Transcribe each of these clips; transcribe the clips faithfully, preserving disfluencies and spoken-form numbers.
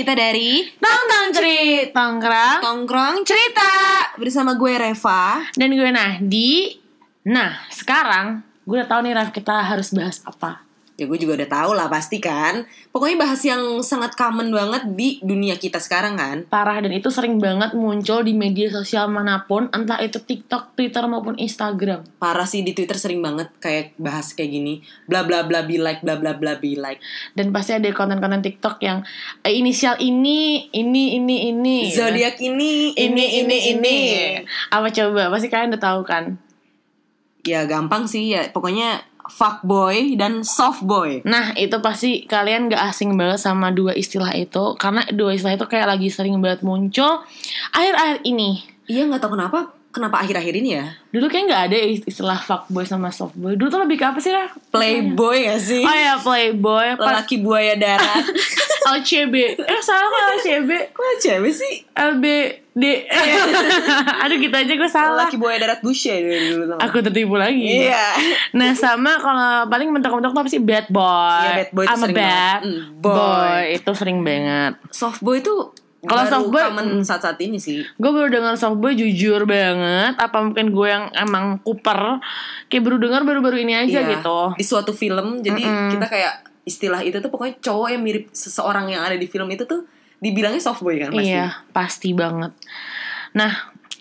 kita dari Tongkrong Cerita Tongkrong Tongkrong Cerita. Bersama gue Reva. Dan gue Nahdi. Nah sekarang gue udah tahu nih Ref, kita harus bahas apa. Ya gue juga udah tahu lah pasti kan. Pokoknya bahas yang sangat common banget di dunia kita sekarang kan. Parah, dan itu sering banget muncul di media sosial manapun, entah itu TikTok, Twitter maupun Instagram. Parah sih, di Twitter sering banget kayak bahas kayak gini, bla bla bla be like, bla bla bla be like. Dan pasti ada konten-konten TikTok yang eh, inisial ini, ini, ini, ini zodiak ini, ini, ini, ini, ini. Apa coba? Pasti kalian udah tahu kan? Ya gampang sih ya, pokoknya fuckboy dan softboy. Nah itu pasti kalian gak asing banget sama dua istilah itu, karena dua istilah itu kayak lagi sering banget muncul akhir-akhir ini. Iya, gak tahu kenapa Kenapa akhir-akhir ini ya. Dulu kayak gak ada istilah fuckboy sama softboy. Dulu tuh lebih ke apa sih lah? Playboy gak sih? Oh ya playboy, lelaki buaya darat. L C B. Eh salah kok L C B. Kok L C B sih? L B D. Aduh gitu aja gue salah. Lelaki buaya darat Busha dulu, dulu. Aku tertipu lagi. Iya. Nah sama kalau paling mentok-mentok tuh apa sih? Bad boy. Iya, bad boy itu I'm a sering bad banget. Mm, boy. boy. Itu sering banget. Softboy tuh kalau softboy common saat-saat ini sih. Gue baru dengar softboy jujur banget. Apa mungkin gue yang emang kuper, kayak baru dengar baru-baru ini aja iya, gitu. di suatu film. Jadi Mm-mm. kita kayak istilah itu tuh pokoknya cowok yang mirip seseorang yang ada di film itu tuh dibilangnya softboy kan pasti. Iya pasti banget. Nah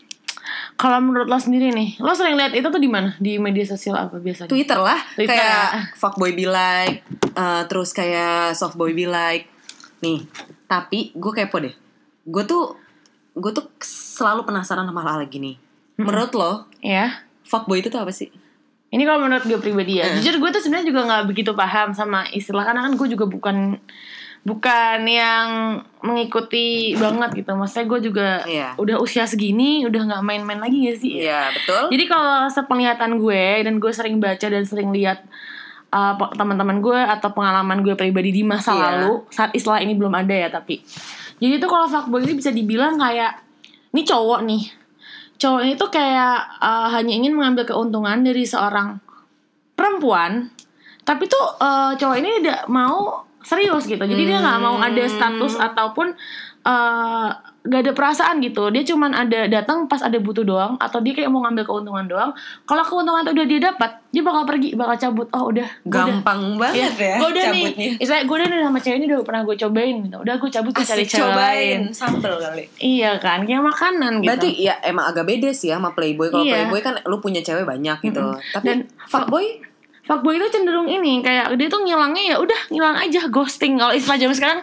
kalau menurut lo sendiri nih, lo sering lihat itu tuh di mana? Di media sosial apa biasanya? Twitter lah. Twitter. Kayak fuckboy be like, uh, terus kayak softboy be like. Nih, tapi gue kepo deh. Gue tuh gue tuh selalu penasaran sama hal-hal gini. Menurut lo, ya, fuckboy itu tuh apa sih? ini kalau menurut gue pribadi ya. Mm. Jujur gue tuh sebenarnya juga nggak begitu paham sama istilah, karena kan gue juga bukan bukan yang mengikuti banget gitu. Maksudnya gue juga Iya. udah usia segini, udah nggak main-main lagi ya sih. Iya, betul. Jadi kalau sepenglihatan gue dan gue sering baca dan sering lihat uh, teman-teman gue atau pengalaman gue pribadi di masa Iya. lalu, saat istilah ini belum ada ya tapi. Jadi tuh kalau fuckboy ini bisa dibilang kayak ini cowok nih. Cowok ini tuh kayak uh, hanya ingin mengambil keuntungan dari seorang perempuan, tapi tuh uh, cowok ini tidak mau serius gitu. Jadi hmm. dia nggak mau ada status ataupun uh, gak ada perasaan gitu. Dia cuman ada datang pas ada butuh doang, atau dia kayak mau ngambil keuntungan doang. Kalau keuntungan itu udah dia dapat, dia bakal pergi, bakal cabut. Oh udah, gampang udah, banget ya, gue udah cabutnya. nih, misalnya gue udah nih sama cewek ini udah pernah gue cobain gitu. Udah gue cabut ke cari cewek lain. Sambel kali. Iya kan, kayak makanan gitu. Berarti ya emang agak beda sih ya sama playboy. Kalau Iya. playboy kan lu punya cewek banyak gitu. Mm-mm. Tapi Dan fuckboy fuckboy itu cenderung ini kayak dia tuh ngilangnya ya udah ngilang aja, ghosting. Kalau istilah zaman sekarang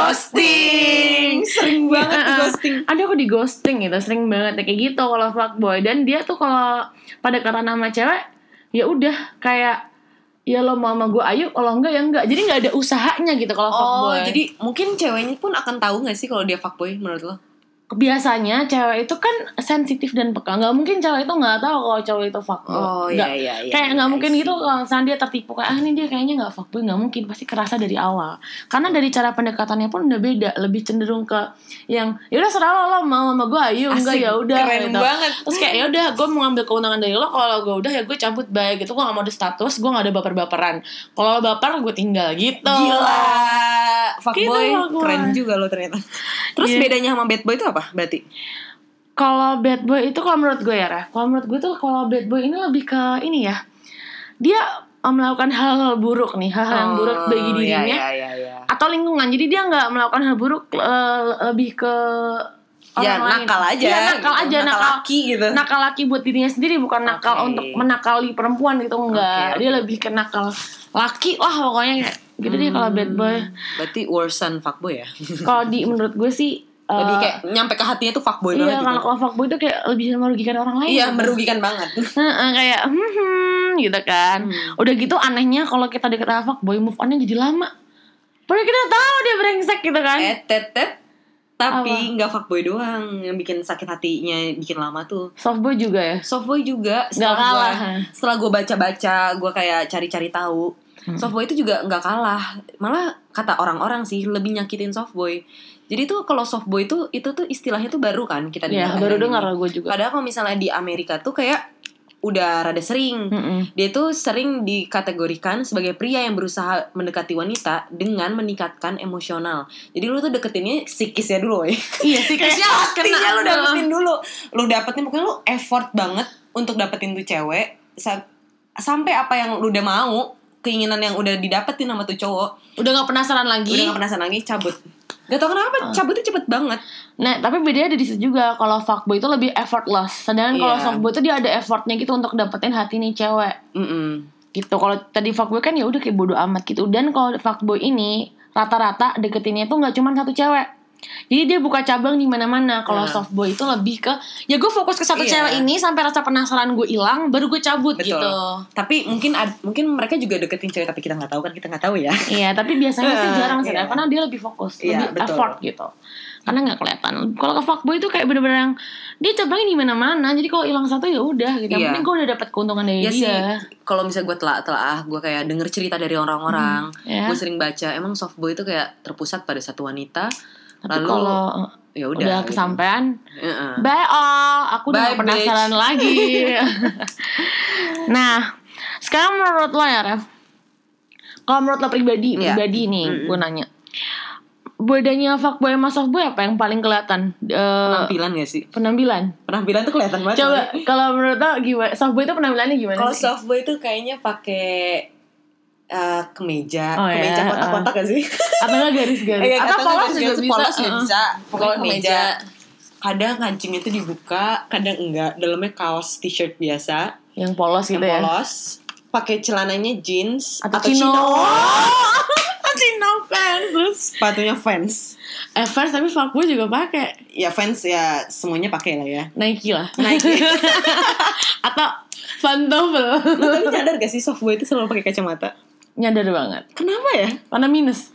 ghosting. Sering banget di Uh-uh. ghosting. Ada aku di ghosting gitu, sering banget ya kayak gitu kalau fuckboy. Dan dia tuh kalau pada kata nama cewek ya udah kayak ya lo mau sama gue ayo, kalau enggak ya enggak. Jadi nggak ada usahanya gitu kalau Oh, fuckboy. jadi mungkin ceweknya pun akan tahu nggak sih kalau dia fuckboy menurut lo? Biasanya cewek itu kan sensitif dan peka. Nggak mungkin cewek itu nggak tahu kalau cowok itu fuckboy. Oh, Nggak. iya, iya, iya, Kayak nggak iya, mungkin I gitu see. kalau misalnya dia tertipu kayak ah ini dia kayaknya nggak fuckboy, nggak mungkin. Pasti kerasa dari awal. Karena dari cara pendekatannya pun udah beda. Lebih cenderung ke yang ya udah serah lo, lo mau sama gue ayo, enggak Asik, ya udah. keren gitu. banget. Terus kayak ya udah gue mau ngambil keuntungan dari lo. Kalau gue udah ya gue cabut baik gitu. Gue nggak mau ada status, gue nggak ada baper-baperan. Kalau lo baper gue tinggal gitu. Gila, fuckboy Gitu, fuckboy. keren juga lo ternyata. Terus Iya. bedanya sama bad boy itu apa berarti? Kalau bad boy itu kalau menurut gue ya Ref, kalau menurut gue tuh kalau bad boy ini lebih ke ini ya, dia uh, melakukan hal-hal buruk nih, hal-hal yang buruk bagi dirinya iya, iya, iya. atau lingkungan. Jadi dia nggak melakukan hal buruk, uh, lebih ke Ya, orang lain. nakal aja Iya, nakal gitu. aja, Nakal nakal laki gitu. Nakal laki buat dirinya sendiri, bukan nakal Oke. untuk menakali perempuan gitu, enggak. Oke, oke, Dia oke. lebih ke nakal laki lah pokoknya kayak gitu dia kalau bad boy. Berarti worse than fuckboy ya? Kalau di menurut gue sih uh, Lebih kayak nyampe ke hatinya tuh fuckboy iya, banget gitu. kalau kalau fuckboy itu kayak lebih merugikan orang lain. Iya, gitu. merugikan banget. Heeh, kayak hmm, hmm gitu kan. Hmm. Udah gitu anehnya kalau kita deket sama fuckboy, move on-nya jadi lama. Padahal kita tahu dia brengsek gitu kan. Eh, tet, tet. Tapi Apa? nggak fuckboy doang yang bikin sakit hatinya, bikin lama tuh. Softboy juga ya. Softboy juga. Nggak Setelah kalah. gua, setelah gue baca-baca, gue kayak cari-cari tahu. Hmm. Softboy itu juga nggak kalah. Malah kata orang-orang sih lebih nyakitin softboy. Jadi tuh kalau softboy itu itu tuh istilahnya tuh baru kan kita Iya, dengar. baru akhir-akhir dengar ini. gue juga. Padahal kalau misalnya di Amerika tuh kayak udah rada sering. Mm-mm. Dia tuh sering dikategorikan sebagai pria yang berusaha mendekati wanita dengan meningkatkan emosional. Jadi lu tuh deketinnya psikisnya dulu ya. Iya sih, Kayak kayak hatinya kena- lu dapetin dulu. Lu dapetin, pokoknya lu effort banget untuk dapetin tuh cewek. Sa- Sampai apa yang lu udah mau, keinginan yang udah didapetin sama tuh cowok, udah gak penasaran lagi. udah gak penasaran lagi, cabut. Gak tau kenapa cabutnya cepet banget. Nah, tapi bedanya ada di situ juga. Kalau fuckboy itu lebih effortless. Sedangkan kalau Iya. softboy itu dia ada effortnya gitu untuk dapetin hati nih cewek. Mm-mm. Gitu. Kalau tadi fuckboy kan ya udah kayak bodo amat gitu. Dan kalau fuckboy ini rata-rata deketinnya itu nggak cuma satu cewek. Jadi dia buka cabang di mana-mana. Kalau Nah. softboy itu lebih ke ya gue fokus ke satu Iya. cewek ini sampai rasa penasaran gue hilang, baru gue cabut. Betul. Gitu. Tapi mungkin ad- mungkin mereka juga deketin cewek tapi kita nggak tahu kan, kita nggak tahu ya. Iya, tapi biasanya sih Eh, jarang sih, iya. karena dia lebih fokus, Iya, lebih betul. effort gitu. Karena nggak kelihatan. Kalau ke fuckboy itu kayak bener-bener yang dia cabangnya di mana-mana. Jadi kalau hilang satu ya udah gitu. Yang Iya. penting gue udah dapat keuntungan dari Ya dia. sih, kalau misalnya gue telah telah gue kayak denger cerita dari orang-orang, Hmm, ya. gue sering baca emang softboy itu kayak terpusat pada satu wanita. Tapi Lalu kalau ya udah, udah kesampean, Heeh. bye all, aku udah Bye, gak penasaran bitch. lagi. Nah, sekarang menurut lo ya, Ref, kalau menurut lo pribadi, Iya. pribadi nih, Mm-mm. gue nanya, bedanya fuckboy sama softboy apa yang paling kelihatan? Eh, Penampilan gak sih? penampilan. Penampilan tuh kelihatan banget. Coba Boy. kalau menurut lo gimana? Softboy itu penampilannya gimana Kalau sih? softboy itu kayaknya pakai eh, kemeja, Oh, ya. kemeja kotak-kotak gak sih? Atau nggak garis-garis? Iya, Atau atau polos garis-garis, juga bisa? polos juga Uh-uh. bisa. Pokoknya Kalau kemeja. Kadang kancingnya tuh dibuka, kadang enggak. Dalamnya kaos t-shirt biasa, Yang polos gitu ya? yang polos. Pakai celananya jeans Atau, atau, chino? chino. Chino fans terus. Sepatunya Vans. Eh fans tapi fuckboy juga pakai Ya Vans ya semuanya pakai lah ya. Nike lah. Nike. Atau pantofel. Lu tapi nyadar gak sih softboy itu selalu pakai kacamata? Nyadar banget. Kenapa ya? Karena minus.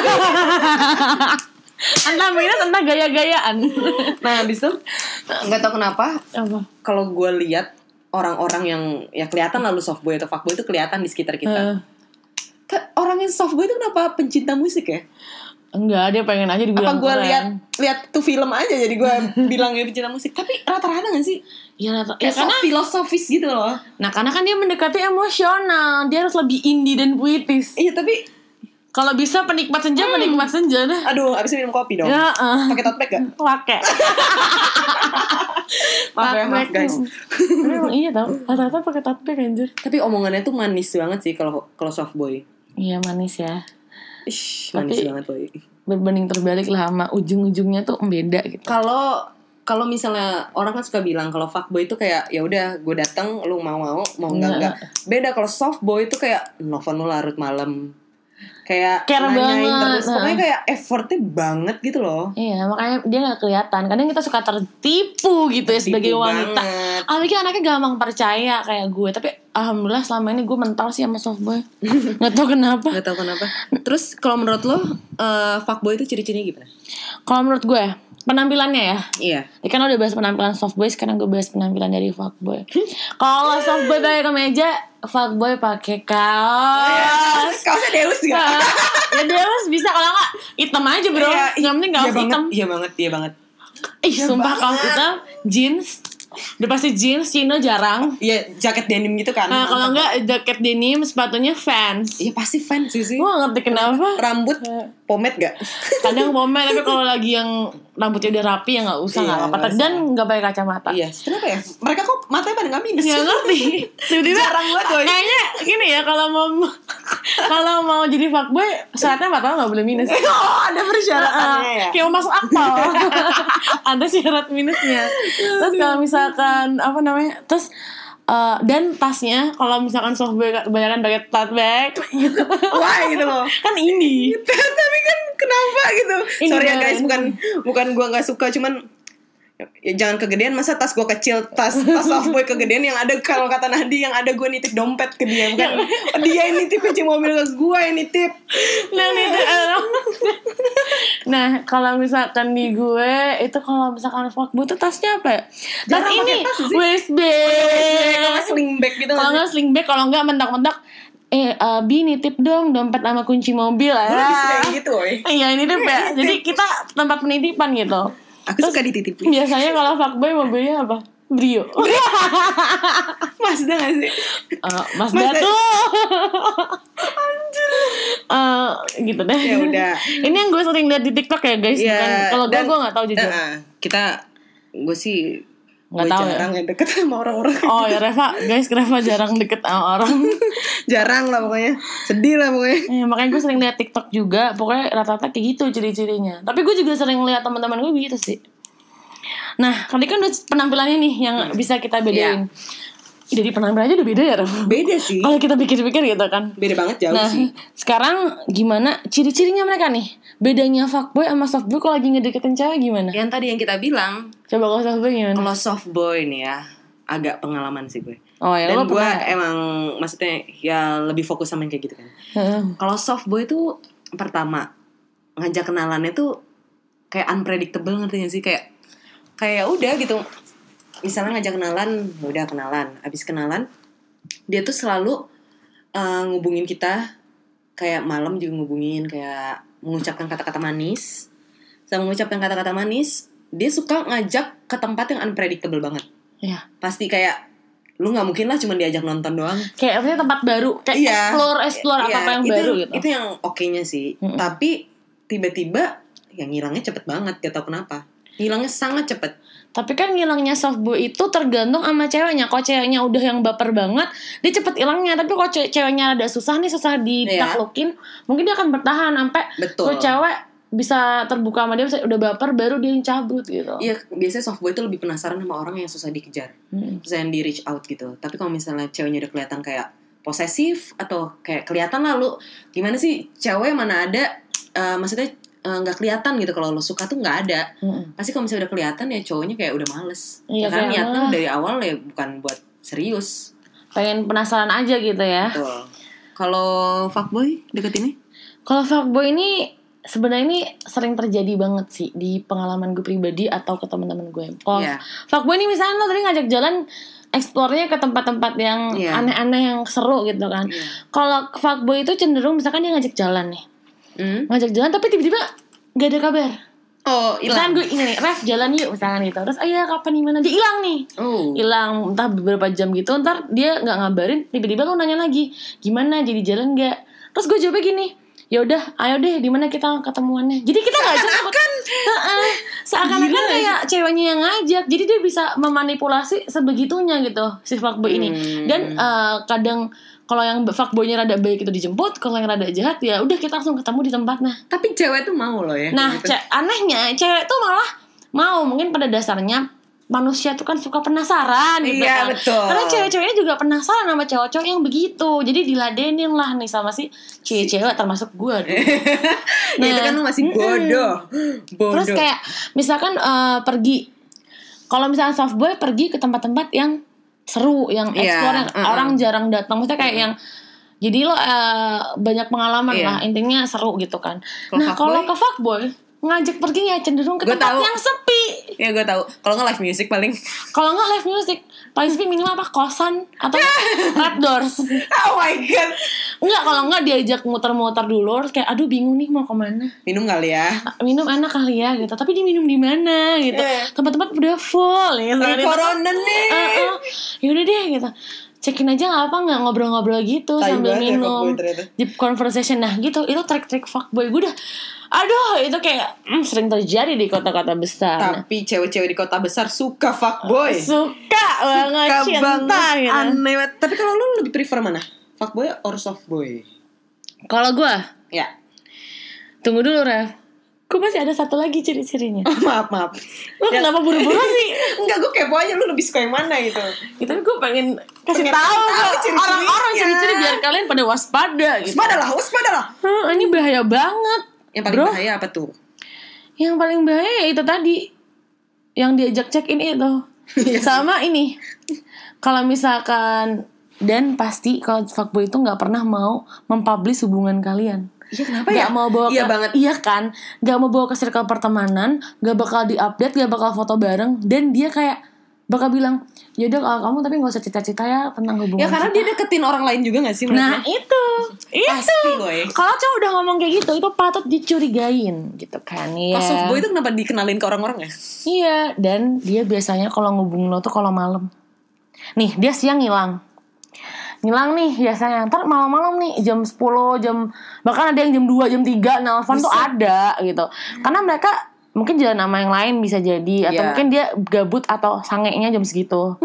Entah minus entah gaya-gayaan. Nah, habis itu nggak tahu kenapa Apa? kalau gue lihat orang-orang yang ya kelihatan lalu softboy atau fuckboy itu kelihatan di sekitar kita. Eh, Ke- Orang yang softboy itu kenapa pencinta musik ya? enggak, dia pengen aja Apa dibilang gue keren. lihat lihat tuh film aja jadi gue bilang dia pencinta musik. Tapi rata-rata nggak sih? Ya, rata- ya Kayak karena soft filosofis gitu loh. nah karena kan dia mendekati emosional, dia harus lebih indie dan puitis. Iya tapi Kalau bisa penikmat senja, penikmat senja dah. aduh abis minum kopi dong. Ya, eh. Pakai tote bag gak? Pakai. Maaf ya, maaf guys. Tapi emang iya tau, rata-rata pakai tote bag anjir. Tapi omongannya tuh manis banget sih kalau kalau softboy. Iya manis ya. Ish, Tapi- manis banget boy. Berbanding terbalik lah sama ujung-ujungnya tuh beda gitu. Kalau kalau misalnya orang kan suka bilang kalau fuckboy itu kayak ya udah gue datang lu mau mau mau enggak Enggak. enggak. Beda kalau softboy itu kayak nelfon lu larut malam. Kayak Care nanyain banget, terus. Pokoknya nah. kayak effortnya banget gitu loh. Iya, makanya dia gak kelihatan. Kadang kita suka tertipu gitu ya sebagai Tertipu wanita. banget. Apalagi anaknya gampang percaya kayak gue. Tapi alhamdulillah selama ini gue mental sih sama softboy. Gak tau kenapa. Gak tau kenapa. Terus kalau menurut lo uh, fuckboy itu ciri-cirinya gimana? Kalau menurut gue penampilannya ya. Iya. Ini kan udah bahas penampilan softboy, sekarang gue bahas penampilan dari fuckboy. Kalau softboy pakai kemeja, fuckboy pakai kaos. Kaosnya Deus gak? Ya Deus bisa, kalau enggak hitam aja bro. Iya, Yang penting kaos iya banget, hitam. Iya banget, iya banget. Ih Iya sumpah kaos banget. hitam, jeans. Udah pasti jeans, chino jarang. Iya, jaket denim gitu kan. Nah, kalau enggak jaket denim, sepatunya Vans. Iya pasti fans sih sih. Gue gak ngerti kenapa. Rambut pomade gak? Kadang pomade, tapi kalau lagi yang rambutnya udah rapi ya nggak usah, Iya, nggak apa-apa. nggak Dan nggak pakai kacamata. Iya, kenapa ya? Mereka kok matanya pada gak minus? Nggak ngerti. Tiba-tiba Jarang banget, Boy. kayaknya gini ya, kalau mau kalau mau jadi fuckboy syaratnya mata lo nggak boleh minus. Oh, ada persyaratannya Uh, ya. kayak mau masuk akpal. Ada syarat minusnya. Terus kalau misalkan apa namanya, terus uh, dan tasnya kalau misalkan softboy kebanyakan pakai tote bag gitu. Wah gitu loh. Kan indie. Tapi kan kenapa gitu? Ini Sorry ya beneran. guys, bukan bukan gua nggak suka, cuman ya jangan kegedean. Masa tas gua kecil, tas tas softboy kegedean yang ada, kalau kata Nadi, yang ada gua nitip dompet ke dia, bukan dia yang nitip kunci mobil ke gua yang nitip. Nah, nih, uh, nah kalau misalkan di gue itu, kalau misalkan fuckboy itu tasnya apa ya? Tas Jarang ini pakai tas sih. waist bag. Kalau sling bag gitu Kalau nggak sih? nggak sling bag, kalau nggak mentak-mentak, eh uh, Bi nitip dong dompet sama kunci mobil Gua ya. bisa kayak gitu, woy. Iya, ini deh ya. Jadi kita tempat penitipan gitu. Aku suka dititipin. Biasanya kalau fuckboy mobilnya apa? Brio. Masda gak sih? Uh, Mas Datu. Anjir. Uh, gitu deh. Ya udah. Ini yang gue sering lihat di TikTok ya guys. Ya, bukan kalau gue gue nggak tahu jujur. Uh, kita gue sih nggak tahu jarang ya. ya deket sama orang-orang. Oh ya Reva, guys, Reva jarang deket sama orang. Jarang lah pokoknya. Sedih lah pokoknya. Ya, makanya gue sering lihat TikTok juga. Pokoknya rata-rata kayak gitu ciri-cirinya. Tapi gue juga sering lihat teman-teman gue begitu sih. Nah, tadi kan udah penampilannya nih yang hmm. bisa kita bedain. Yeah. Jadi penampilannya udah beda ya, Ref? Beda sih. Kalau kita pikir-pikir gitu kan. Beda banget jauh nah, sih. Sekarang gimana ciri-cirinya mereka nih? Bedanya fuckboy sama softboy kalau lagi ngedeketin cewek gimana? Yang tadi yang kita bilang. Coba kalau softboy gimana? Kalau softboy nih ya, agak pengalaman sih gue. Oh ya. Dan gue emang maksudnya ya lebih fokus sama yang kayak gitu kan. Hmm. Kalau softboy tuh pertama ngajak kenalannya tuh kayak unpredictable, ngerti gak sih? Kayak kayak udah gitu. Misalnya ngajak kenalan, udah kenalan. Abis kenalan, dia tuh selalu uh, ngubungin kita. Kayak malam juga ngubungin, kayak mengucapkan kata-kata manis. Sama mengucapkan kata-kata manis, dia suka ngajak ke tempat yang unpredictable banget. Iya. Pasti kayak, lu gak mungkin lah cuma diajak nonton doang. Kayak artinya tempat baru, kayak iya, explore, explore iya, apa-apa yang itu, baru gitu. Itu yang oke-nya sih. Mm-mm. Tapi tiba-tiba, yang ngilangnya cepet banget, gak tau kenapa. Ngilangnya sangat cepet. Tapi kan ngilangnya softboy itu tergantung sama ceweknya. Kalau ceweknya udah yang baper banget, dia cepet hilangnya. Tapi kalau ce- ceweknya ada susah nih, susah ditaklukin, yeah. mungkin dia akan bertahan sampai tuh cewek bisa terbuka sama dia, udah baper baru dia yang cabut gitu. Iya, biasanya softboy itu lebih penasaran sama orang yang susah dikejar, hmm. susah yang di reach out gitu. Tapi kalau misalnya ceweknya udah kelihatan kayak posesif atau kayak kelihatan lah lu gimana sih, cewek mana ada uh, maksudnya nggak uh, kelihatan gitu kalau lo suka tuh nggak ada. Mm. Pasti kalau misalnya udah kelihatan ya cowoknya kayak udah males. Iya, karena niatnya lah. Dari awal ya bukan buat serius. Pengen penasaran aja gitu ya. Betul. Kalau fuckboy deket ini? Kalau fuckboy ini sebenarnya ini sering terjadi banget sih di pengalaman gue pribadi atau ke teman-teman gue. Kalau yeah. fuckboy ini misalnya lo tadi ngajak jalan, eksplornya ke tempat-tempat yang yeah. aneh-aneh yang seru gitu kan. Yeah. Kalau fuckboy itu cenderung misalkan dia ngajak jalan nih. Hmm? Ngajak jalan tapi tiba-tiba gak ada kabar. Oh, hilang. Misalkan gue ini, Ref jalan yuk misalkan gitu. Terus ayah kapan di mana? Dia hilang nih. Oh. Hilang entah beberapa jam gitu. Ntar dia nggak ngabarin. Tiba-tiba lo nanya lagi, gimana? Jadi jalan nggak? Terus gue jawabnya gini, ya udah, ayo deh, di mana kita ketemuannya? Jadi kita nggak seakan-akan, seakan-akan kayak ceweknya yang ngajak. Jadi dia bisa memanipulasi sebegitunya gitu si fuckboy hmm. ini. Dan uh, kadang kalau yang fuckboynya rada baik itu dijemput, kalau yang rada jahat ya udah kita langsung ketemu di tempatnya. Tapi cewek tuh mau loh ya. Nah, gitu. ce- anehnya cewek tuh malah mau. Mungkin pada dasarnya manusia tuh kan suka penasaran gitu iya, kan. Betul. Karena cewek-ceweknya juga penasaran sama cowok-cowok yang begitu. Jadi diladenin lah nih sama si cewek-cewek termasuk gue. Nah, ya itu kan lu masih bodoh. bodoh. Terus kayak misalkan uh, pergi, kalau misalnya softboy pergi ke tempat-tempat yang seru, yang explore, yeah. yang uh-uh. orang jarang datang. Maksudnya kayak uh-uh. yang jadi lo uh, banyak pengalaman yeah. lah, intinya seru gitu kan. Kalo nah kalau ke fuckboy ngajak perginya cenderung ke gua tempat tahu. Yang sepi. Ya gue tahu. Kalau nggak live music paling. Kalau nggak live music paling sepi minimal apa, kosan atau rap doors. Oh my god. Enggak, kalau nggak diajak muter-muter dulu. Terus kayak aduh bingung nih mau kemana. Minum kali ya. Minum enak kali ya gitu. Tapi diminum di mana gitu. Yeah. Tempat-tempat udah full gitu. Lagi corona nih. Uh, uh, yaudah deh gitu. Cekin aja nggak apa, nggak ngobrol-ngobrol gitu Taiwan sambil minum ya, deep conversation. Nah gitu, itu trik-trik fuckboy gue udah aduh itu kayak mm, sering terjadi di kota-kota besar. Tapi nah, cewek-cewek di kota besar suka fuckboy, suka banget, suka cinta banget, gitu. Aneh. Tapi kalau lu lebih prefer mana, fuckboy or softboy? Kalau gue ya tunggu dulu Ref, gue masih ada satu lagi ciri-cirinya. Oh, maaf maaf. Lu ya. Kenapa buru-buru sih? Enggak, gue kepo aja lu lebih suka yang mana gitu. Itu gue pengen kasih pengen tahu ke orang-orang ciri-ciri biar kalian pada waspada gitu. Waspada lah, waspada lah. Hmm, ini bahaya banget. Yang paling Bro, bahaya apa tuh? Yang paling bahaya ya itu tadi, yang diajak check in itu. Sama ini. Kalau misalkan, dan pasti kalau fuckboy itu nggak pernah mau mempublish hubungan kalian. Iya, kenapa gak ya? Mau bawa iya ke, banget. Iya kan? Gak mau bawa ke circle pertemanan, gak bakal di-update, gak bakal foto bareng. Dan dia kayak bakal bilang, yaudah kalau kamu tapi gak usah cita-cita ya tentang hubungan ya karena kita. Dia deketin orang lain juga gak sih? Nah itu Pasti boy. Kalau cowok udah ngomong kayak gitu, itu patut dicurigain gitu kan ya. Kalau softboy itu kenapa dikenalin ke orang-orang ya? Iya. Dan dia biasanya kalau ngubungin lo tuh kalau malam. Nih dia siang ngilang, ngilang nih biasanya. Ntar malam-malam nih jam sepuluh, jam bahkan ada yang jam dua, jam tiga nelfon tuh ada gitu. Karena mereka mungkin jalan sama yang lain bisa jadi, atau yeah. mungkin dia gabut atau sangenya jam segitu.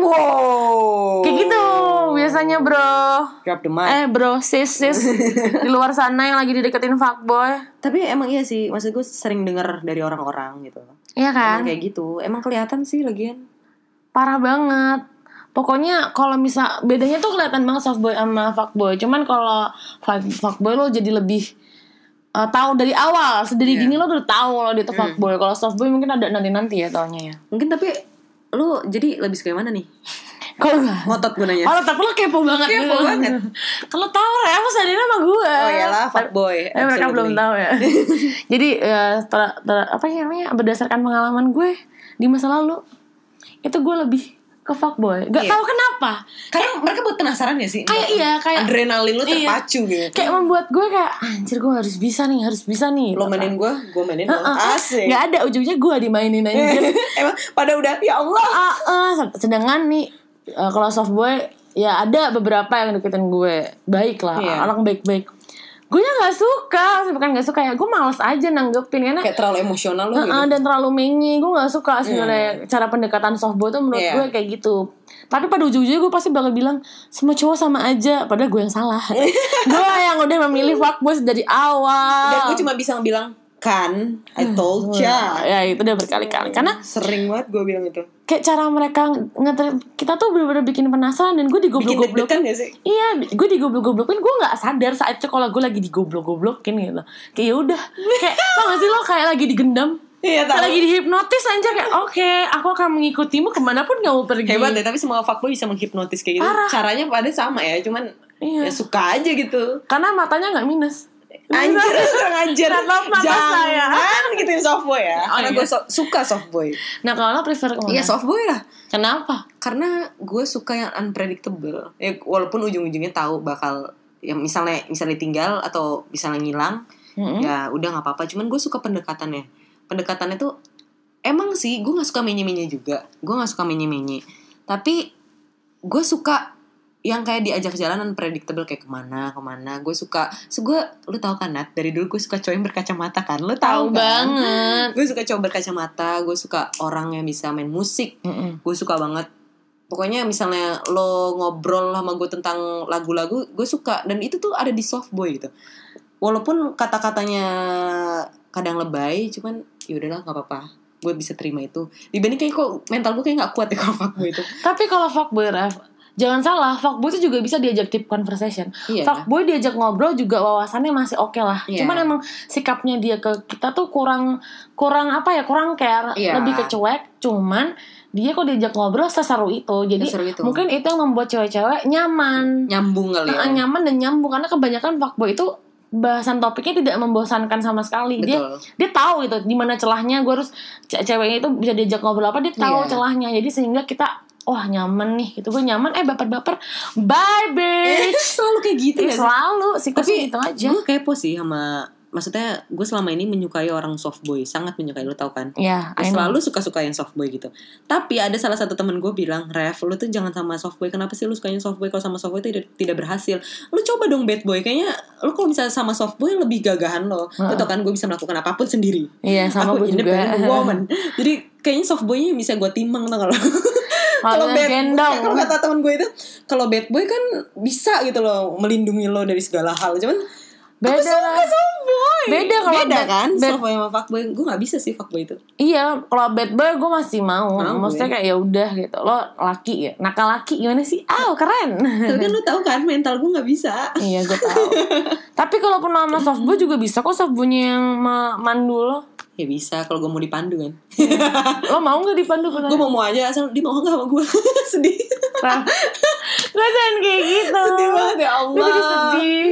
Wow. Kayak gitu biasanya bro. Drop the mic. Eh bro, sis sis di luar sana yang lagi dideketin fuckboy. Tapi emang iya sih, maksud gue sering dengar dari orang-orang gitu. Iya kan? Emang kayak gitu, emang kelihatan sih lagian. Parah banget. Pokoknya kalau misal bedanya tuh kelihatan banget softboy sama fuckboy. Cuman kalau fuckboy lo jadi lebih uh, tahu dari awal, sedari yeah. dini lo udah tahu lo dia tuh hmm. fuckboy. Kalau softboy mungkin ada nanti-nanti ya taunya ya. Mungkin tapi lo jadi lebih suka yang mana nih? Kalau ngotot gue nanya. Oh, tapi lo kepo banget. Kepo banget. Kalau tahu ya, pas sadar sama gue. Oh iyalah, fuckboy. Eh, mereka belum tahu ya. Jadi ya, ter, ter, apa ya namanya? Berdasarkan pengalaman gue di masa lalu, itu gue lebih ke fuckboy. Gak iya. tahu kenapa. Karena kayak, mereka buat penasaran ya sih. Kayak iya, kayak adrenalin lu terpacu iya. gitu. Kayak membuat gue kayak anjir gue harus bisa nih, harus bisa nih. Lo mainin gue, gue mainin lo. Uh-uh. Asik. Gak ada ujungnya gue dimainin aja. Emang pada udah ya Allah. Uh-uh. Sedangkan nih uh, kalau softboy ya ada beberapa yang deketin gue. Baik lah, yeah. orang baik-baik. Gue nya gak suka, bukan gak suka ya, gue malas aja nanggepin karena kayak terlalu emosional loh uh-uh, gitu. Dan terlalu menyi. Gue gak suka sebenarnya hmm. cara pendekatan softboy tuh menurut yeah. gue kayak gitu. Tapi pada ujung-ujungnya gue pasti bakal bilang semua cowok sama aja, padahal gue yang salah. Gue yang udah memilih fuckboy dari awal. Dan gue cuma bisa bilang kan, I told ya. Ya itu udah berkali-kali. Karena sering banget gue bilang itu. Kayak cara mereka nge- kita tuh bener-bener bikin penasaran dan gue digoblok-goblokin. Gak sih? Iya, gue digoblok-goblokin. Gue nggak sadar saat itu kalau gue lagi digoblok-goblokin gitu. Kayak yaudah, kayak tau gak sih lo kayak lagi digendam. Iya, kayak lagi dihipnotis aja kayak oke, okay, aku akan mengikutimu kemanapun kamu pergi. Hebat deh, tapi semua fuckboy bisa menghipnotis kayak gitu. Parah. Caranya pada sama ya, cuman iya. ya suka aja gitu. Karena matanya nggak minus. Anjir, kurang anjir. Jangan gitu ya softboy ya. Oh, karena iya. gue so, suka softboy. Nah kalau lo prefer kemana? Iya softboy lah. Kenapa? Karena gue suka yang unpredictable. Ya walaupun ujung-ujungnya tahu bakal ya misalnya misalnya tinggal atau misalnya ngilang, mm-hmm. ya udah nggak apa-apa. Cuman gue suka pendekatannya. Pendekatannya tuh emang sih gue nggak suka menye-menye juga. Gue nggak suka menye-menye. Tapi gue suka yang kayak diajak jalan unpredictable kayak kemana kemana. Gue suka, so gue, lu tahu kan Nat, dari dulu gue suka cowok yang berkacamata kan, lu tahu kan? Banget. Gue suka cowok berkacamata, gue suka orang yang bisa main musik, mm-mm. gue suka banget. Pokoknya misalnya lo ngobrol sama gue tentang lagu-lagu, gue suka, dan itu tuh ada di softboy gitu. Walaupun kata-katanya kadang lebay, cuman yaudahlah nggak apa-apa. Gue bisa terima itu. Dibanding kayak kok mental gue kayak nggak kuat ya kalau fuckboy itu. Tapi kalau fuckboy Ref, jangan salah, fuckboy itu juga bisa diajak deep conversation. Yeah. Fuckboy diajak ngobrol juga wawasannya masih oke okay lah. Yeah. Cuman emang sikapnya dia ke kita tuh kurang kurang apa ya, kurang care, yeah. lebih ke cuek. Cuman dia kok diajak ngobrol seseru itu. Jadi itu. Mungkin itu yang membuat cewek-cewek nyaman, nyambung kali ya. Nyaman dan nyambung karena kebanyakan fuckboy itu bahasan topiknya tidak membosankan sama sekali. Betul. Dia dia tahu itu di mana celahnya. Gue harus ceweknya itu bisa diajak ngobrol apa, dia tahu yeah. celahnya. Jadi sehingga kita wah nyaman nih gitu, gue nyaman eh baper-baper bye bitch. Selalu kayak gitu ya, selalu sih. Tapi gitu aja. Gue kepo sih sama, maksudnya gue selama ini menyukai orang softboy, sangat menyukai, lo tau kan? Iya. Yeah, selalu suka-suka yang softboy gitu. Tapi ada salah satu temen gue bilang, Ref, lo tuh jangan sama softboy. Kenapa sih lo sukanya softboy? Kalau sama softboy itu tidak, tidak berhasil. Lo coba dong bad boy. Kayaknya lo kalau misalnya sama softboy lebih gagahan lo. Uh-uh. Lo tau kan gue bisa melakukan apapun sendiri. Iya, sama gue juga. Woman. Jadi kayaknya softboynya bisa gue timbang tau kalau. Kalau bad boy, kalau kata temen gue itu, kalau bad boy kan bisa gitu loh melindungi lo dari segala hal. Cuman beda aku suka softboy. Beda kalau beda bad, kan bad, softboy sama fuckboy. Gue nggak bisa sih fuckboy itu. Iya, kalau bad boy gue masih mau. mau Maksudnya kayak ya udah gitu. Lo laki ya, nakal laki gimana sih? Ah, oh, keren. Tapi kan lo tahu kan mental gue nggak bisa. Iya, gue tahu. Tapi kalau pun sama softboy juga bisa kok, softboynya yang mandu lo. Ya bisa kalau gue mau dipandu kan. Lo mau nggak dipandu? Gue mau mau aja asal dia mau nggak sama gue. Sedih. Gue jangan kayak gitu. Sedih banget ya Allah. Gue jadi sedih.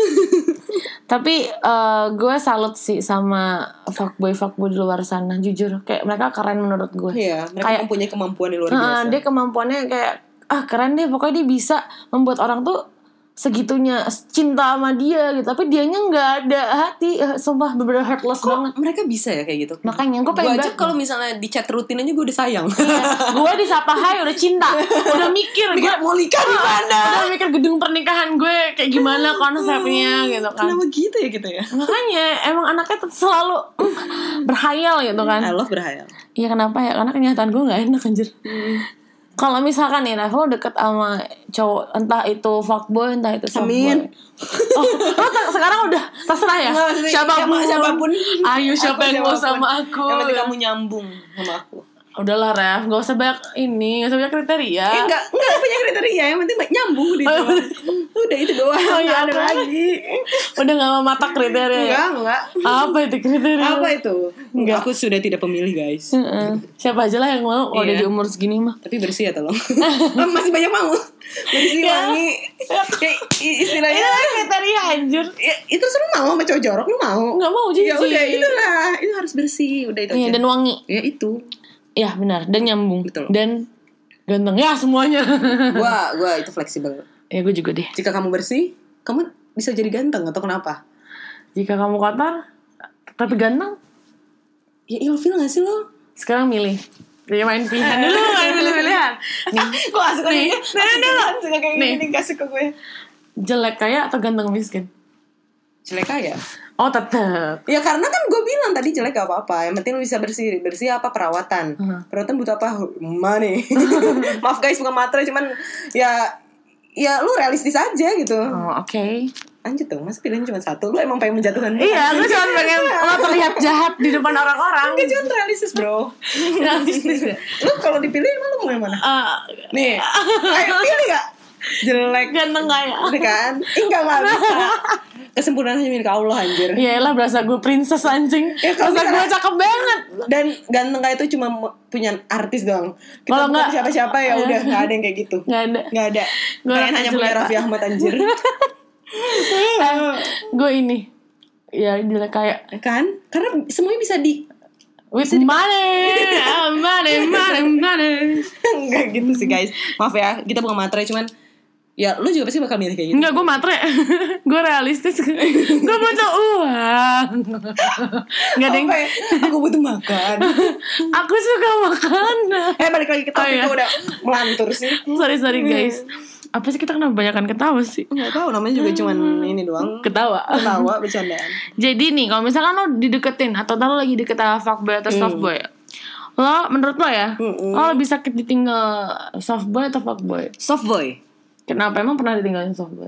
Tapi uh, gue salut sih sama fuckboy fuckboy di luar sana, jujur kayak mereka keren menurut gue. Iya, mereka kayak, mempunyai kemampuan di luar uh, biasa. Dia kemampuannya kayak ah keren deh, pokoknya dia bisa membuat orang tuh segitunya cinta sama dia gitu, tapi dianya nggak ada hati, sumpah bener-bener heartless Kok banget. mereka bisa ya kayak gitu? Makanya gue pengen Gue aja banget. kalau misalnya di chat rutin aja gue udah sayang. Iya, gue disapa hai udah cinta, udah mikir gue mau nikah di mana? udah mikir gedung pernikahan gue kayak gimana konsepnya gitu kan. Kenapa gitu ya kita ya? Makanya emang anaknya tuh selalu mm, berhayal gitu kan. I love berhayal. Iya kenapa ya? Karena kenyataan gue nggak enak anjir. Hmm. Kalau misalkan nih, Ref, lo deket sama cowok, entah itu fuckboy, entah itu softboy. Amin. Oh, lo t- sekarang udah terserah ya? Nggak, Siapapun, siapapun. Ayo siapa yang mau sama aku. Yang penting kamu nyambung sama aku. Udahlah, Ref, gak usah banyak ini, gak usah banyak kriteria. Eh, enggak, enggak punya kriteria, yang penting nyambung gitu. Udah itu doang, Oh, iya, ada lagi. Udah gak mau mata kriteria. Enggak, enggak. Apa itu kriteria? Apa itu? Enggak. Aku sudah tidak pemilih, guys. Uh-uh. Siapa aja lah yang mau, kalau Iya. udah di umur segini mah. Tapi bersih ya tolong. Masih banyak mau. Bersih, Ya. wangi. Kayak istilahnya Itu kriteria anjir. ya, itu lu mau sama cowok jorok lu mau? Nggak mau, jijik. Ya udah itulah, itu harus bersih, udah itu Iya, aja. dan wangi. Ya itu. Ya benar, dan nyambung. Betul. Dan ganteng, ya semuanya. Gua gua itu fleksibel. Ya gue juga deh. Jika kamu bersih, kamu bisa jadi ganteng atau kenapa? Jika kamu kotor tapi ganteng, Ya ilfil gak sih lo? sekarang milih. Dia main pilihan dulu, main pilih-pilihan. Nih, Gue gak suka nih, nih. nih, nih, Suka kayak nih. gini, gak suka gue. jelek kaya atau ganteng miskin? Jelek aja. Oh tetep. Ya karena kan gue bilang tadi jelek gak apa-apa. Yang penting lu bisa bersih. Bersih apa? Perawatan. Uh-huh. Perawatan butuh apa? Money. Maaf guys, bukan matre. Cuman ya ya lu realistis aja gitu. Oh oke. Lanjut dong, masa pilihan cuma satu. Lu emang pengen menjatuhkan gue? Iya, gue cuma pengen lo terlihat jahat di depan orang-orang. Enggak, cuma realistis bro. Realistis ya. Lu kalau dipilih emang lu mau yang mana? Uh, Nih, ayo pilih gak? Jelek. ganteng kaya. Udah kan? Enggak, gak bisa. Kesempurnaan hanya milik Allah anjir. Ya lah berasa gue princess anjing. Ya, kalau Berasa gue misalnya- cakep banget. Dan ganteng kayak itu cuma mo- punya artis doang. Kita Kalau bukan nggak- siapa-siapa ya udah nggak ada yang kayak gitu. Nggak ada. Nggak ada. Gua Kalian hanya punya jelek, Raffi Ahmad anjir. Eh, gue ini. Ya jelek kayak Kan? Karena semuanya bisa di with money, ah, money, money, money. Enggak gitu sih guys. Maaf ya, kita bukan matre cuman ya lu juga pasti bakal milih kayak gitu. Enggak, gue matre. Gue realistis. Gue butuh uang. Enggak ada yang Apa ya? Aku butuh makan. aku suka makanan. Eh balik lagi ke topik, Oh, iya. gua udah melantur sih. Sorry sorry guys. Apa sih kita kenapa banyakan ketawa sih? Enggak tahu namanya juga cuman ini doang. Ketawa. Ketawa bercandaan. Jadi nih, kalau misalkan lo dideketin atau lo lagi deket sama fuckboy atau softboy, lo menurut lo ya, Mm-mm. lo lebih sakit ditinggal softboy atau fuckboy? Soft boy. Kenapa emang pernah ditinggalin softboy?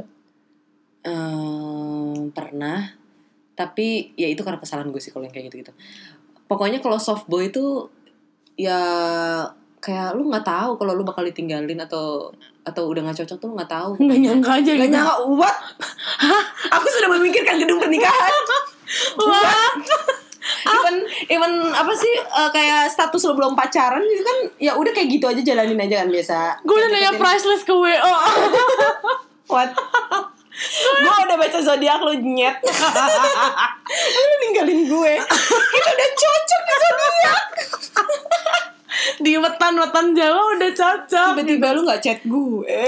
Ehm, pernah, tapi ya itu karena kesalahan gue sih kalau yang kayak gitu-gitu. Pokoknya kalau soft boy itu ya kayak lu nggak tahu kalau lu bakal ditinggalin atau atau udah nggak cocok tuh lu nggak tahu. Nggak nyangka aja Gak gitu. nyangka, what? Aku sudah memikirkan gedung pernikahan. Wah. even even apa sih eh, kayak status lo belum pacaran gitu kan, ya udah kayak gitu aja, jalanin aja kan biasa. Gue udah nanya priceless ke W O. What? Gue udah baca zodiak lo nyet. Lu ninggalin gue. Kita udah cocok di zodiak. Di wetan-wetan Jawa udah cocok. Tiba-tiba lu nggak chat gue.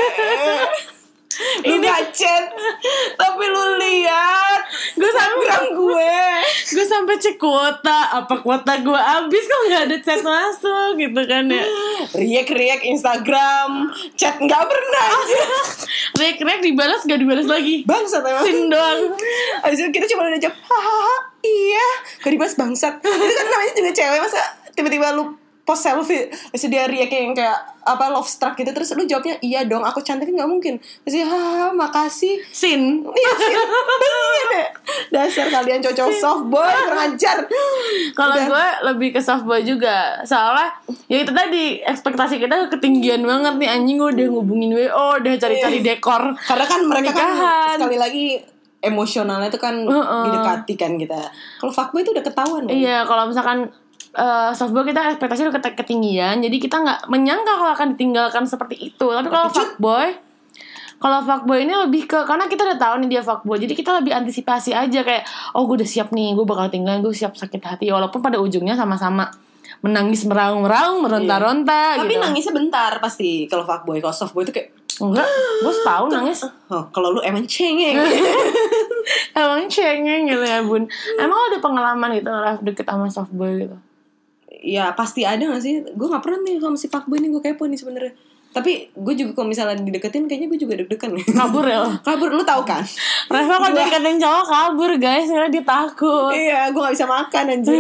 Lu Ini- nggak chat, tapi lu lihat Gue sampai Instagram gue. gue sampai cek kuota, apa kuota gue habis kok nggak ada chat masuk gitu kan ya. Riak-riak Instagram, chat nggak pernah aja. Rek-rek dibalas gak dibalas lagi. Bangsat emang. Sin doang. Abis itu kita cuma udah jawab, hahaha, iya. Gak dibahas bangsat. Itu kan namanya juga cewek, masa tiba-tiba lu post selfie, terus dia react yang kayak apa love struck gitu, terus lu jawabnya iya dong, aku cantik, nggak mungkin. Terus dia, hahaha, makasih. Sin. Iya sih, iya deh. Dasar kalian cocok soft boy, kurang ajar. Kalau Udah. gue lebih ke softboy juga. Soalnya ya itu tadi, ekspektasi kita ketinggian banget nih. Anjing gue udah ngubungin W O, udah cari-cari dekor. Karena kan mereka kan Pernikahan. sekali lagi emosionalnya itu kan Uh-uh. didekati kan kita. Kalau fuckboy itu udah ketahuan loh. Iya, kalau misalkan uh, softboy kita ekspektasi udah ket- ketinggian, jadi kita nggak menyangka kalau akan ditinggalkan seperti itu. Tapi kalau fuckboy, kalau fuckboy ini lebih ke, karena kita udah tahu nih dia fuckboy, jadi kita lebih antisipasi aja kayak, oh gue udah siap nih, gue bakal tinggalin, gue siap sakit hati, walaupun pada ujungnya sama-sama menangis meraung-meraung, meronta-ronta Tapi gitu. nangisnya bentar pasti kalau fuckboy. Kalau softboy itu kayak Enggak, gue setahun nangis. oh, kalau lu emang cengeng. Emang cengeng gitu ya bun. Emang ada pengalaman gitu Raf deket sama softboy gitu? Ya pasti ada gak sih? Gue gak pernah nih sama si fuckboy nih, gue kepo nih sebenarnya. Tapi gue juga kalau misalnya dideketin kayaknya gue juga deg-degan. Kabur ya lo? Kabur, lu tahu kan? Reva kalau deketin cowok kabur guys, karena dia takut. Iya, gue gak bisa makan anjir.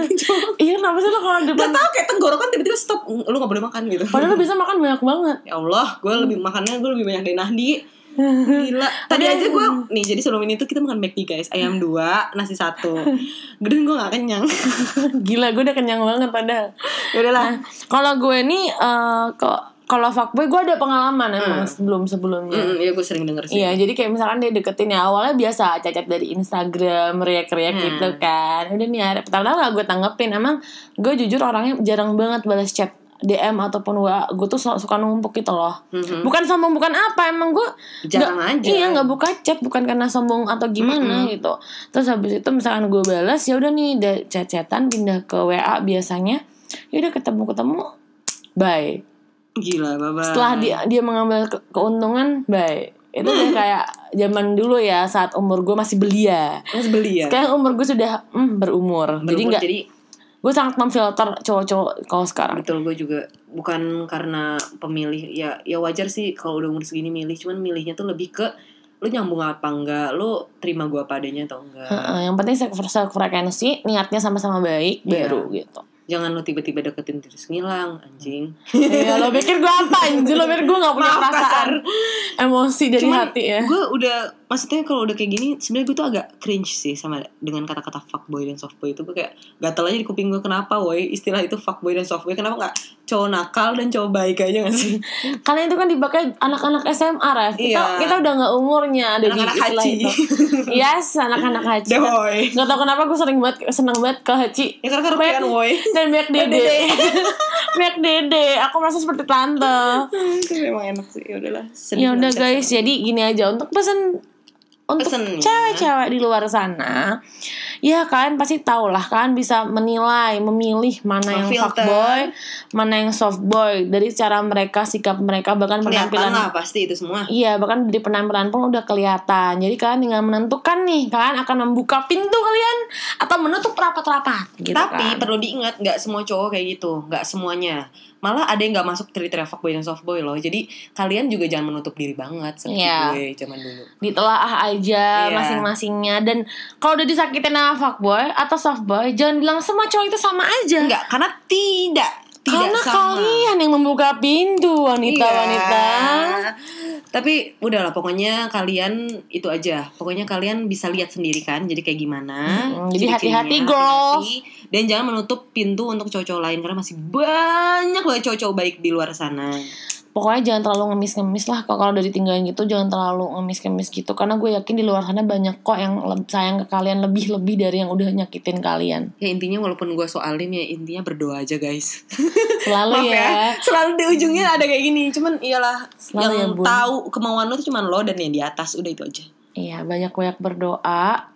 Iya kenapa sih lo kalau depan? Gak tau kayak tenggorokan tiba-tiba stop, lu gak boleh makan gitu. Padahal lo bisa makan banyak banget. Ya Allah, gue lebih makannya gue lebih banyak dari Nahdi. Gila. Tadi aja gue nih, jadi sebelum ini tuh kita makan McD guys, ayam dua, nasi satu. Gedung gue gak kenyang. Gila, gue udah kenyang banget padahal. Ya udahlah. Nah, kalau gue nih uh, kok kalau fuckboy gue ada pengalaman emang Hmm. sebelum sebelumnya. Mm, iya gue sering denger sih. Iya, jadi kayak misalkan dia deketin ya awalnya biasa cacat dari Instagram, riak-riak Hmm. gitu kan. Udah nih hari pertama gak gue tanggepin. Emang gue jujur orangnya jarang banget balas chat D M ataupun W A. Gue tuh suka numpuk gitu loh. Mhm. Bukan sombong, bukan apa, emang gue Jarang nggak- aja. Iya, nggak buka chat bukan karena sombong atau gimana Mm-mm. gitu. Terus habis itu misalkan gue balas, ya udah nih da- chat-chatan pindah ke W A biasanya. Ya udah ketemu-ketemu, bye. Gila, bye-bye. Setelah dia dia mengambil ke- keuntungan, bye. Itu udah kayak zaman dulu ya, saat umur gue masih belia. Mas beli ya. Sekarang umur gue sudah mm, berumur. Jadi Berumur, nggak, jadi gue sangat memfilter cowok-cowok kalau sekarang. betul, gue juga bukan karena pemilih ya, ya wajar sih kalau udah umur segini milih, cuman milihnya tuh lebih ke lu nyambung apa enggak, lu terima gue apa adanya atau enggak. Heeh, yang penting frekuensi, niatnya sama-sama baik, Iya. baru gitu. Jangan lu tiba-tiba deketin terus ngilang anjing. Iya, lo pikir gue apa anjir? Lo pikir gue gak punya Maaf, perasaan emosi dari Cuman hati ya? gue udah, maksudnya kalau udah kayak gini sebenarnya gue tuh agak cringe sih sama dengan kata-kata fuckboy dan softboy itu. Gue kayak gatel aja di kuping gue, kenapa woy istilah itu fuckboy dan softboy, kenapa gak cowok nakal dan cowok baik aja gak sih? Karena itu kan dipakai anak-anak S M A, Ref. Kita, Iya. kita udah gak umurnya ada di Anak-anak istilah haji. itu. Yes, anak-anak haji. Doi. Gak tau kenapa gue sering banget, seneng banget ke haji. Ya karena kerupian woy. Dan banyak dede. Banyak dede. Aku merasa seperti tante. Itu memang enak sih, ya udahlah. Ya udah guys, jadi gini aja untuk pesan untuk Pesennya. cewek-cewek di luar sana, ya kalian pasti tahu lah, kalian bisa menilai, memilih mana yang Memfilter. fuckboy, mana yang softboy dari cara mereka, sikap mereka, bahkan Kelihatan penampilan. lah pasti itu semua. Iya, bahkan di penampilan pun udah kelihatan. Jadi kalian tinggal menentukan nih, kalian akan membuka pintu kalian atau menutup rapat-rapat gitu. Tapi kan. perlu diingat, nggak semua cowok kayak gitu, nggak semuanya. Malah ada yang nggak masuk kriteria fuckboy dan softboy loh. Jadi kalian juga jangan menutup diri banget seperti Iya. gue zaman dulu. Ditelaah aja Iya. masing-masingnya. Dan kalau udah disakitin sama fuckboy atau softboy, jangan bilang semua cowok itu sama aja. Enggak, karena tidak tidak Karena sama. kalian yang membuka pintu, wanita-wanita. Iya. Tapi udahlah, pokoknya kalian itu aja. Pokoknya kalian bisa lihat sendiri kan, jadi kayak gimana. Mm-mm, jadi ciri-cirinya, hati-hati, girls. hati-hati. Dan jangan menutup pintu untuk cowok-cowok lain, karena masih banyak banget cowok-cowok baik di luar sana. Pokoknya jangan terlalu ngemis-ngemis lah. Kalau udah ditinggalin gitu, jangan terlalu ngemis-ngemis gitu. Karena gue yakin di luar sana banyak kok yang le- sayang ke kalian lebih-lebih dari yang udah nyakitin kalian. Ya intinya walaupun gue soalin ya, intinya berdoa aja guys. Selalu Maaf ya. Selalu di ujungnya ada kayak gini. Cuman iyalah, Selalu yang ya, Bun. tahu kemauan lo tuh cuman lo dan yang di atas. Udah itu aja. Iya, banyak-banyak berdoa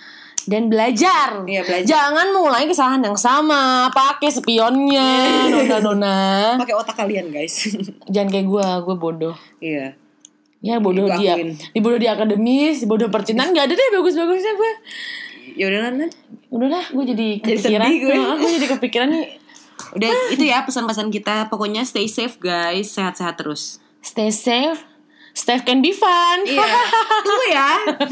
dan belajar. Iya, belajar. Jangan mulai kesalahan yang sama. Pakai spionnya, nona-nona. Pakai otak kalian guys. Jangan kayak gue, gue bodoh. Iya. Ya bodoh Gua dia, akuin. di bodoh di akademis, di bodoh percintaan, nggak ada deh bagus-bagusnya gue. Ya udah Nan. Udahlah, gue jadi Jadi kepikiran. sedih gue. Nah, gue jadi kepikiran nih. Udah itu ya pesan-pesan kita. Pokoknya stay safe guys, sehat-sehat terus. Stay safe. Stay can be fun. Iya. Tunggu ya.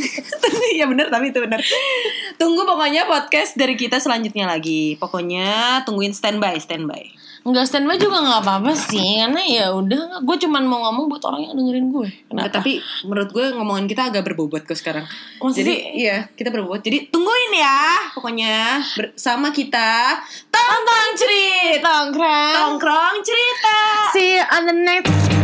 Iya benar, tapi itu benar. Tunggu pokoknya podcast dari kita selanjutnya lagi. Pokoknya tungguin standby, standby. Enggak standby juga nggak apa-apa sih, karena ya udah, gue cuman mau ngomong buat orang yang dengerin gue. Nggak, Kenapa? tapi menurut gue ngomongin kita agak berbobot kok sekarang. Maksud Jadi sih? iya kita berbobot. Jadi tungguin ya. Pokoknya bersama kita Tongkrong Cerita. Tongkrong. Tongkrong Cerita. See you on the next